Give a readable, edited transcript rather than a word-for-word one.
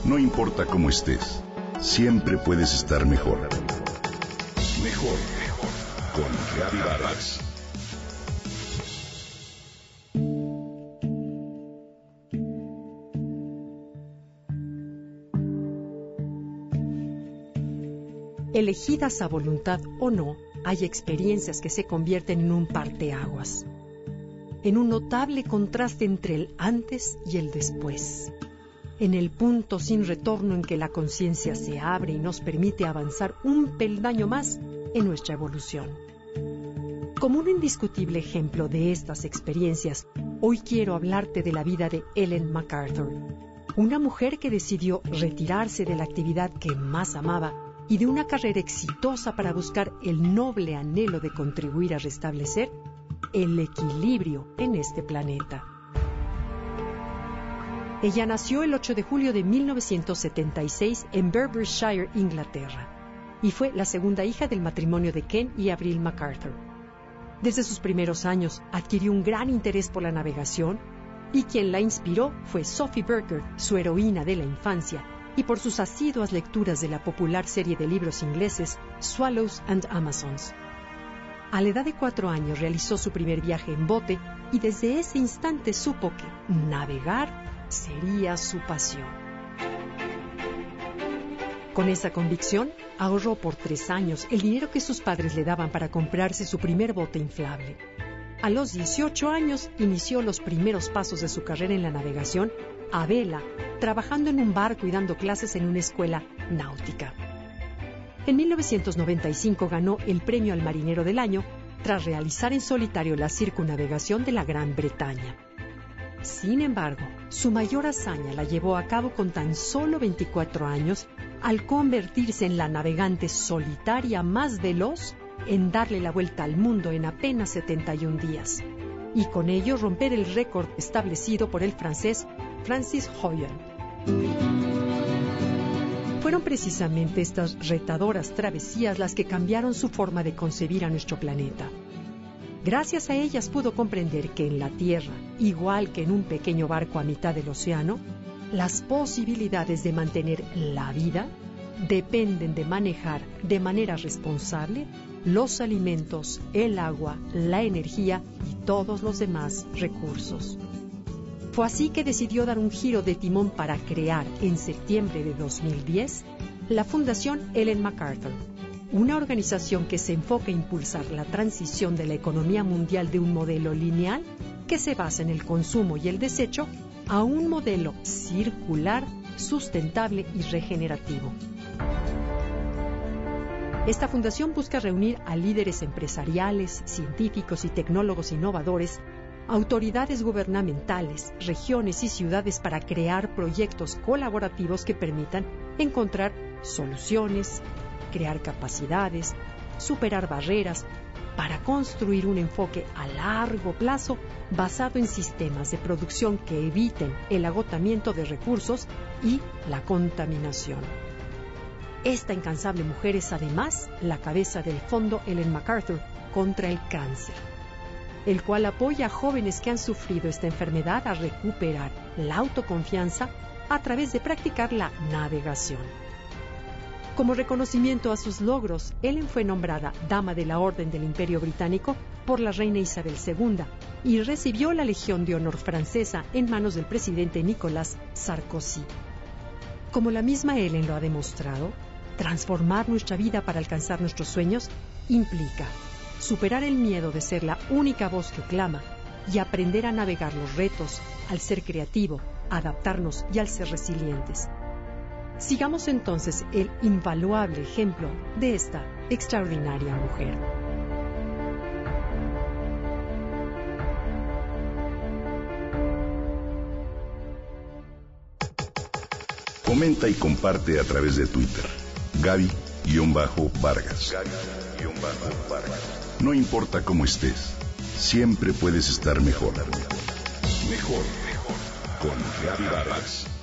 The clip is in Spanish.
No importa cómo estés, siempre puedes estar mejor. Mejor, mejor. Con Gaby Vargas. Elegidas a voluntad o no, hay experiencias que se convierten en un parteaguas, en un notable contraste entre el antes y el después, en el punto sin retorno en que la conciencia se abre y nos permite avanzar un peldaño más en nuestra evolución. Como un indiscutible ejemplo de estas experiencias, hoy quiero hablarte de la vida de Ellen MacArthur, una mujer que decidió retirarse de la actividad que más amaba y de una carrera exitosa para buscar el noble anhelo de contribuir a restablecer el equilibrio en este planeta. Ella nació el 8 de julio de 1976 en Berkshire, Inglaterra, y fue la segunda hija del matrimonio de Ken y Avril MacArthur. Desde sus primeros años adquirió un gran interés por la navegación, y quien la inspiró fue Sophie Burkert, su heroína de la infancia, y por sus asiduas lecturas de la popular serie de libros ingleses Swallows and Amazons. A la edad de 4 años realizó su primer viaje en bote y desde ese instante supo que navegar sería su pasión. Con esa convicción, ahorró por 3 años el dinero que sus padres le daban para comprarse su primer bote inflable. A los 18 años inició los primeros pasos de su carrera en la navegación a vela, trabajando en un barco y dando clases en una escuela náutica. En 1995 ganó el premio al Marinero del Año tras realizar en solitario la circunnavegación de la Gran Bretaña. Sin embargo, su mayor hazaña la llevó a cabo con tan solo 24 años al convertirse en la navegante solitaria más veloz en darle la vuelta al mundo en apenas 71 días, y con ello romper el récord establecido por el francés Francis Hoyon. Fueron precisamente estas retadoras travesías las que cambiaron su forma de concebir a nuestro planeta. Gracias a ellas pudo comprender que en la Tierra, igual que en un pequeño barco a mitad del océano, las posibilidades de mantener la vida dependen de manejar de manera responsable los alimentos, el agua, la energía y todos los demás recursos. Fue así que decidió dar un giro de timón para crear, en septiembre de 2010, la Fundación Ellen MacArthur, una organización que se enfoca a impulsar la transición de la economía mundial de un modelo lineal que se basa en el consumo y el desecho a un modelo circular, sustentable y regenerativo. Esta fundación busca reunir a líderes empresariales, científicos y tecnólogos innovadores, autoridades gubernamentales, regiones y ciudades para crear proyectos colaborativos que permitan encontrar soluciones, crear capacidades, superar barreras, para construir un enfoque a largo plazo basado en sistemas de producción que eviten el agotamiento de recursos y la contaminación. Esta incansable mujer es además la cabeza del Fondo Ellen MacArthur contra el cáncer, el cual apoya a jóvenes que han sufrido esta enfermedad a recuperar la autoconfianza a través de practicar la navegación. Como reconocimiento a sus logros, Ellen fue nombrada Dama de la Orden del Imperio Británico por la reina Isabel II y recibió la Legión de Honor francesa en manos del presidente Nicolas Sarkozy. Como la misma Ellen lo ha demostrado, transformar nuestra vida para alcanzar nuestros sueños implica superar el miedo de ser la única voz que clama y aprender a navegar los retos al ser creativo, adaptarnos y al ser resilientes. Sigamos entonces el invaluable ejemplo de esta extraordinaria mujer. Comenta y comparte a través de Twitter. Gaby-Vargas. No importa cómo estés, siempre puedes estar mejor. Mejor, mejor. Con Gaby Vargas.